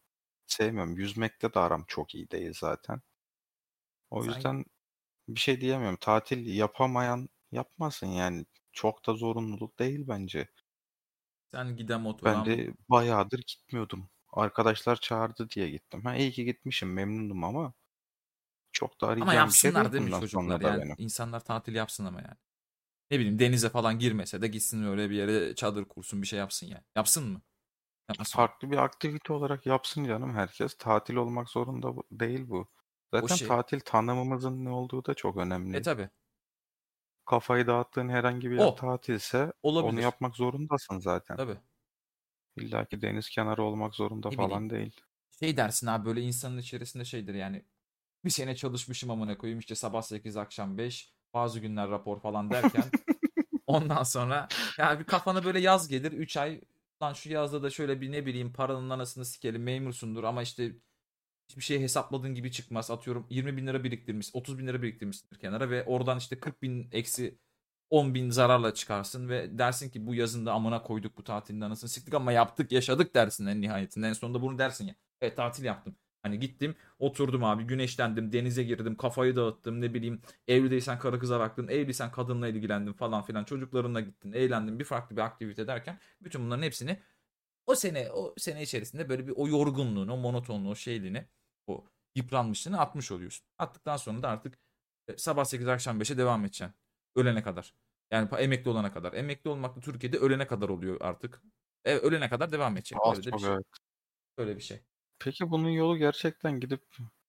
sevmiyorum. Yüzmekte de aram çok iyi değil zaten. O Sen yüzden bir şey diyemiyorum. Tatil yapamayan yapmasın yani. Çok da zorunluluk değil bence. sen gidem Ben oturam. de bayağıdır gitmiyordum. Arkadaşlar çağırdı diye gittim. Ha iyi ki gitmişim, memnunum ama çok da Ama arayacağım bir şey yapsınlar değil değil mi bundan çocuklar? sonra da Yani benim. insanlar tatil yapsın ama yani. Ne bileyim denize falan girmese de gitsin öyle bir yere çadır kursun bir şey yapsın yani. Yapsın mı? Yapmasın mı? Farklı bir aktivite olarak yapsın canım herkes. Tatil olmak zorunda bu- değil bu. O Zaten şey. tatil tanımımızın ne olduğu da çok E önemli. tabi. Kafayı dağıttığın herhangi bir yer O. tatilse onu Olabilir. yapmak zorundasın zaten. Tabi. İlla ki deniz kenarı olmak zorunda Ne bileyim. falan değil. Şey dersin abi böyle insanın içerisinde şeydir yani. Bir sene çalışmışım amına koyayım işte sabah sekiz akşam beş bazı günler rapor falan derken ondan sonra ya bir kafana böyle yaz gelir üç ay lan şu yazda da şöyle bir ne bileyim paranın anasını sikelim memursundur ama işte hiçbir şey hesapladığın gibi çıkmaz. Atıyorum yirmi bin lira biriktirmiş, otuz bin lira biriktirmişsindir kenara ve oradan işte kırk bin eksi on bin zararla çıkarsın ve dersin ki bu yazın da amına koyduk bu tatilin anasını siktik ama yaptık yaşadık dersin en nihayetinde. En sonunda bunu dersin ya. Evet tatil yaptım. Hani gittim oturdum abi güneşlendim denize girdim kafayı dağıttım ne bileyim evliysen karı kıza baktın evliysen kadınla ilgilendin falan filan çocuklarınla gittin eğlendin bir farklı bir aktivite derken bütün bunların hepsini o sene o sene içerisinde böyle bir o yorgunluğunu, o monotonluğu, o şeyliğini, o yıpranmışlığını atmış oluyorsun. Attıktan sonra da artık e, sabah sekiz akşam beşe devam edeceksin. Ölene kadar. Yani pa- emekli olana kadar. Emekli olmak da Türkiye'de ölene kadar oluyor artık. E, ölene kadar devam edecek. Az Öyle de bir çok şey. evet. Öyle bir şey. Peki bunun yolu gerçekten gidip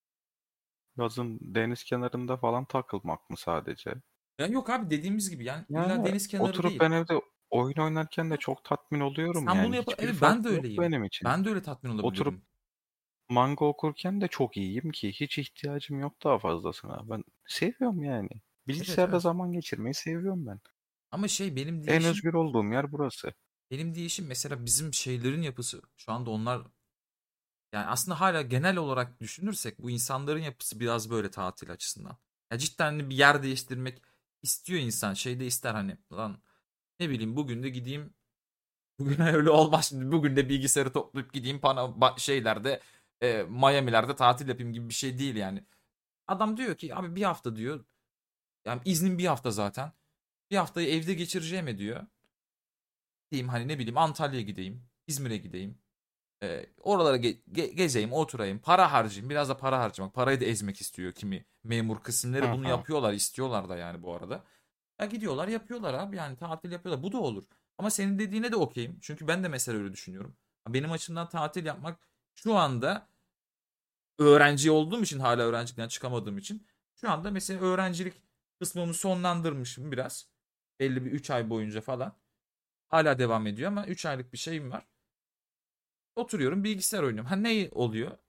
yazın deniz kenarında falan takılmak mı sadece? Yani yok abi dediğimiz gibi yani illa Yani deniz kenarı oturup değil. ben evde oyun oynarken de çok tatmin oluyorum Sen bunu yani. yap. Hiçbir Evet ben de farkı yok öyleyim. benim için. Ben de öyle tatmin Oturup olabiliyorum. manga okurken de çok iyiyim ki hiç ihtiyacım yok daha fazlasına. Ben seviyorum yani. Evet Bilgisayarda evet. zaman geçirmeyi seviyorum ben. Ama şey benim En değişim özgür olduğum yer burası. benim değişim mesela bizim şeylerin yapısı şu anda onlar yani aslında hala genel olarak düşünürsek bu insanların yapısı biraz böyle tatil açısından. Ya cidden hani bir yer değiştirmek istiyor insan. Şey de ister hani lan ne bileyim bugün de gideyim. Bugün öyle olmaz şimdi. Bugün de bilgisayarı toplayıp gideyim pana ba- şeylerde e, Miami'lerde tatil yapayım gibi bir şey değil yani. Adam diyor ki abi bir hafta diyor. Yani iznim bir hafta zaten. Bir haftayı evde geçireceğim diyor. Diyeyim hani ne bileyim Antalya'ya gideyim. İzmir'e gideyim. E, oralara ge- ge- gezeyim, oturayım, para harcayayım. Biraz da para harcamak. Parayı da ezmek istiyor kimi memur kısımları. Hı Bunu hı. yapıyorlar, istiyorlar da yani bu arada. Ya gidiyorlar, yapıyorlar abi. Yani tatil yapıyorlar. Bu da olur. Ama senin dediğine de okeyim. Çünkü ben de mesela öyle düşünüyorum. Benim açımdan tatil yapmak şu anda öğrenci olduğum için hala öğrencilikten çıkamadığım için şu anda mesela öğrencilik kısmımı sonlandırmışım biraz. Belli bir üç ay boyunca falan. Hala devam ediyor ama üç aylık bir şeyim var. Oturuyorum bilgisayar oynuyorum. Ha ne oluyor?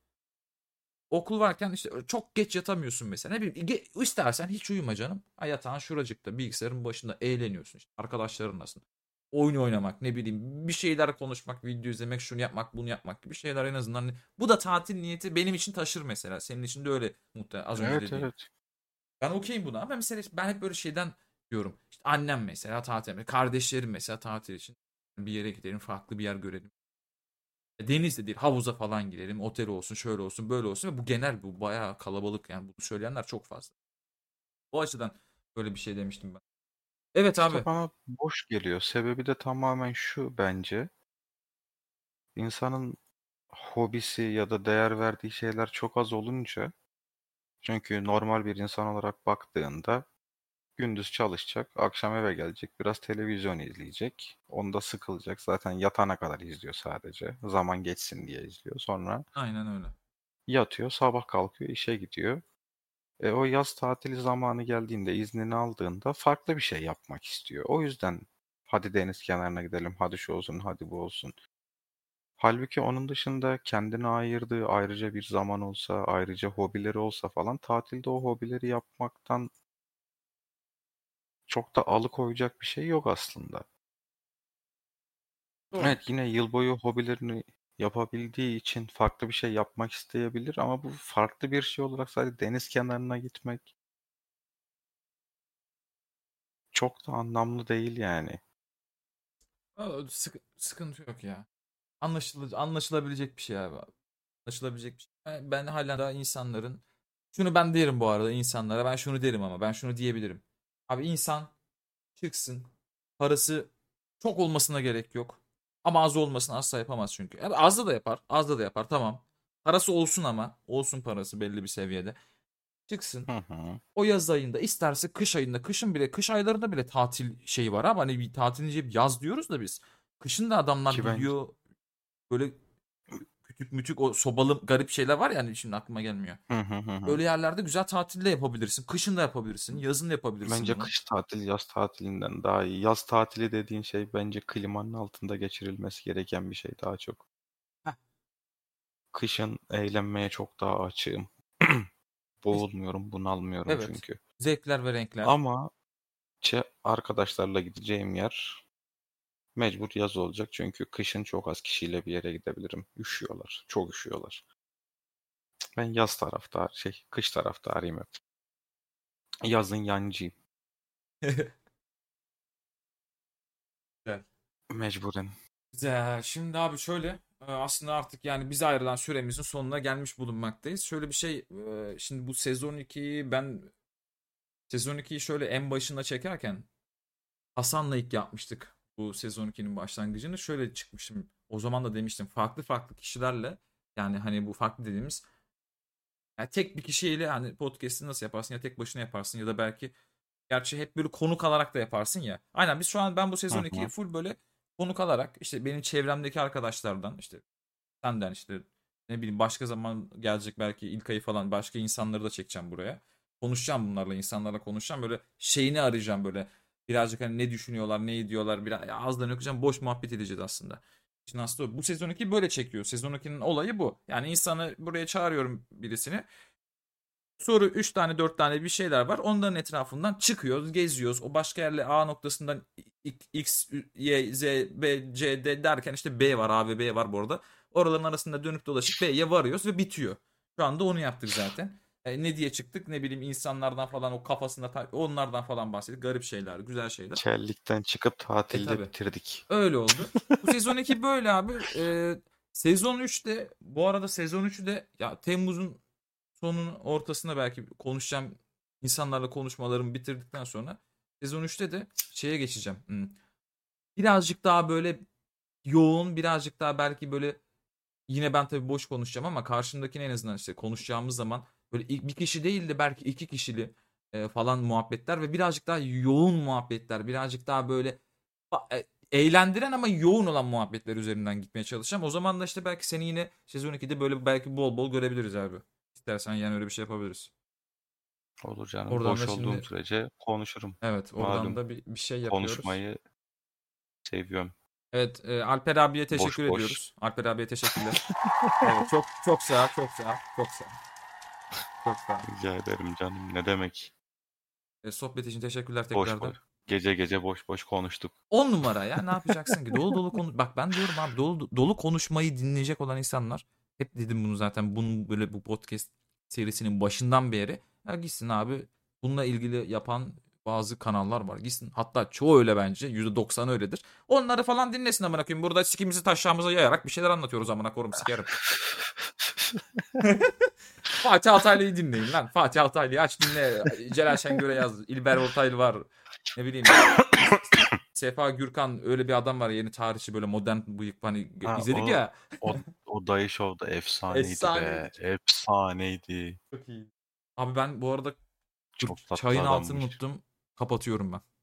Okul varken işte çok geç yatamıyorsun mesela. Ne bileyim ge- istersen hiç uyuma canım. Ha, yatağın şuracıkta bilgisayarın başında eğleniyorsun işte arkadaşlarınlasın. Oyun oynamak ne bileyim bir şeyler konuşmak, video izlemek, şunu yapmak, bunu yapmak gibi şeyler en azından. Hani bu da tatil niyeti benim için taşır mesela. Senin için de öyle muhtemelen az önce Evet dediğin. evet. Ben okeyim buna ama mesela işte ben hep böyle şeyden diyorum. İşte annem mesela tatil, kardeşlerim mesela tatil için bir yere gidelim, farklı bir yer görelim. Deniz de değil havuza falan girelim. Otel olsun şöyle olsun böyle olsun. Ve bu genel bu bayağı kalabalık yani bunu söyleyenler çok fazla. O açıdan böyle bir şey demiştim ben. Evet İşte abi. bana boş geliyor. Sebebi de tamamen şu bence. İnsanın hobisi ya da değer verdiği şeyler çok az olunca, çünkü normal bir insan olarak baktığında gündüz çalışacak, akşam eve gelecek, biraz televizyon izleyecek. Onda sıkılacak. Zaten yatana kadar izliyor sadece. Zaman geçsin diye izliyor. Sonra Aynen öyle. yatıyor, sabah kalkıyor, işe gidiyor. E, o yaz tatili zamanı geldiğinde, iznini aldığında farklı bir şey yapmak istiyor. O yüzden hadi deniz kenarına gidelim, hadi şu olsun, hadi bu olsun. Halbuki onun dışında kendine ayırdığı ayrıca bir zaman olsa, ayrıca hobileri olsa falan tatilde o hobileri yapmaktan çok da alıkoyacak bir şey yok aslında. Doğru. Evet, yine yıl boyu hobilerini yapabildiği için farklı bir şey yapmak isteyebilir ama bu farklı bir şey olarak sadece deniz kenarına gitmek çok da anlamlı değil yani. Aa, sık- sıkıntı yok ya. Anlaşıl anlaşılabilecek bir şey abi. Anlaşılabilecek bir şey. Ben, ben hala da insanların şunu ben derim bu arada insanlara ben şunu derim ama ben şunu diyebilirim. Abi insan çıksın parası çok olmasına gerek yok. Ama az olmasını asla yapamaz çünkü. Yani azda da yapar azda da yapar tamam. Parası olsun ama olsun parası belli bir seviyede. Çıksın. Hı hı. O yaz ayında isterse kış ayında kışın bile kış aylarında bile tatil şeyi var ama hani bir tatilince yaz diyoruz da biz. Kışın da adamlar Ki ben gidiyor böyle kütük mütük o sobalı garip şeyler var ya hani şimdi aklıma gelmiyor. hı hı hı hı. Öyle yerlerde güzel tatilde yapabilirsin. Kışın da yapabilirsin. Yazın da yapabilirsin Bence bunu. kış tatili yaz tatilinden daha iyi. Yaz tatili dediğin şey bence klimanın altında geçirilmesi gereken bir şey daha çok. Heh, Kışın eğlenmeye çok daha açığım. Boğulmuyorum, bunalmıyorum evet. çünkü. Zevkler ve renkler. Ama çe arkadaşlarla gideceğim yer mecbur yaz olacak. Çünkü kışın çok az kişiyle bir yere gidebilirim. Üşüyorlar. Çok üşüyorlar. Ben yaz taraftar, şey, kış taraftarıyım hep. Yazın yancıyım. Güzel. Mecburen. Güzel. Şimdi abi şöyle e, aslında artık yani bize ayrılan süremizin sonuna gelmiş bulunmaktayız. Şöyle bir şey e, şimdi bu sezon ikiyi ben sezon ikiyi şöyle en başında çekerken Hasan'la ilk yapmıştık bu sezon ikinin başlangıcını. Şöyle çıkmıştım. O zaman da demiştim farklı farklı kişilerle yani hani bu farklı dediğimiz yani tek bir kişiyle hani podcast'i nasıl yaparsın ya tek başına yaparsın ya da belki gerçi hep böyle konuk alarak da yaparsın ya. Aynen biz şu an ben bu Hı sezon ikiyi hı. full böyle konuk alarak işte benim çevremdeki arkadaşlardan işte senden işte ne bileyim başka zaman gelecek belki İlkay'ı falan başka insanları da çekeceğim buraya. Konuşacağım bunlarla insanlarla konuşacağım böyle şeyini arayacağım böyle birazcık hani ne düşünüyorlar ne ediyorlar biraz ya ağızlarını okuyacağım boş muhabbet edeceğiz aslında. Şimdi aslında bu sezon iki böyle çekiyor. Sezon ikinin olayı bu. Yani insanı buraya çağırıyorum birisini. Soru üç tane dört tane bir şeyler var. Onların etrafından çıkıyoruz, geziyoruz. O başka yerle A noktasından X, Y, Z, B, C, D derken işte B var, A ve B var bu arada. Oraların arasında dönüp dolaşıp B'ye varıyoruz ve bitiyor. Şu anda onu yaptık zaten. E, ne diye çıktık ne bileyim insanlardan falan o kafasında onlardan falan bahsettik. Garip şeyler, güzel şeyler. Kellikten çıkıp E tatilde tabi bitirdik. öyle oldu. Bu sezon iki böyle abi. E, sezon üçte bu arada sezon üçü de ya Temmuz'un sonun ortasında belki konuşacağım insanlarla konuşmalarımı bitirdikten sonra sezon üçte de şeye geçeceğim. Hmm. Birazcık daha böyle yoğun, birazcık daha belki böyle yine ben tabii boş konuşacağım ama karşımdakine en azından işte konuşacağımız zaman böyle bir kişi değil de belki iki kişili e, falan muhabbetler ve birazcık daha yoğun muhabbetler, birazcık daha böyle e, eğlendiren ama yoğun olan muhabbetler üzerinden gitmeye çalışacağım. O zaman da işte belki seni yine sezon ikide böyle belki bol bol görebiliriz abi. İstersen yani öyle bir şey yapabiliriz. Olur canım. Oradan da Boş olduğum şimdi sürece konuşurum. evet oradan Malum da bir, bir şey yapıyoruz. konuşmayı seviyorum. Evet e, Alper abiye Boş teşekkür boş. ediyoruz. Alper abiye teşekkürler. Evet çok çok sağ ol, çok sağ ol, çok sağ ol, çok sağ ol. Rica ederim canım. Ne demek? E, sohbet için teşekkürler Boş boş. tekrardan. Gece gece boş boş konuştuk. On numara ya ne yapacaksın ki? Dolu dolu konu. Bak ben diyorum abi dolu dolu konuşmayı dinleyecek olan insanlar hep dedim bunu zaten bunun böyle bu podcast serisinin başından beri ya gitsin abi bununla ilgili yapan bazı kanallar var. Gitsin hatta çoğu öyle bence yüzde doksan öyledir. Onları falan dinlesin amına koyayım. Burada sikimizi taşağımıza yayarak bir şeyler anlatıyoruz amına koyayım sikerim. Fatih Altaylı'yı dinleyin lan. Fatih Altaylı'yı aç dinle. Celal Şengör'e yaz. İlber Ortaylı var. Ne bileyim. Sefa Gürkan öyle bir adam var yeni tarihçi böyle modern bıyık hani Ha, izledik o ya. o o dayı şovda efsaneydi Efsane. be. Efsaneydi. Çok iyi. Abi ben bu arada dur, Çok tatlı çayın altını adammış. unuttum. Kapatıyorum ben.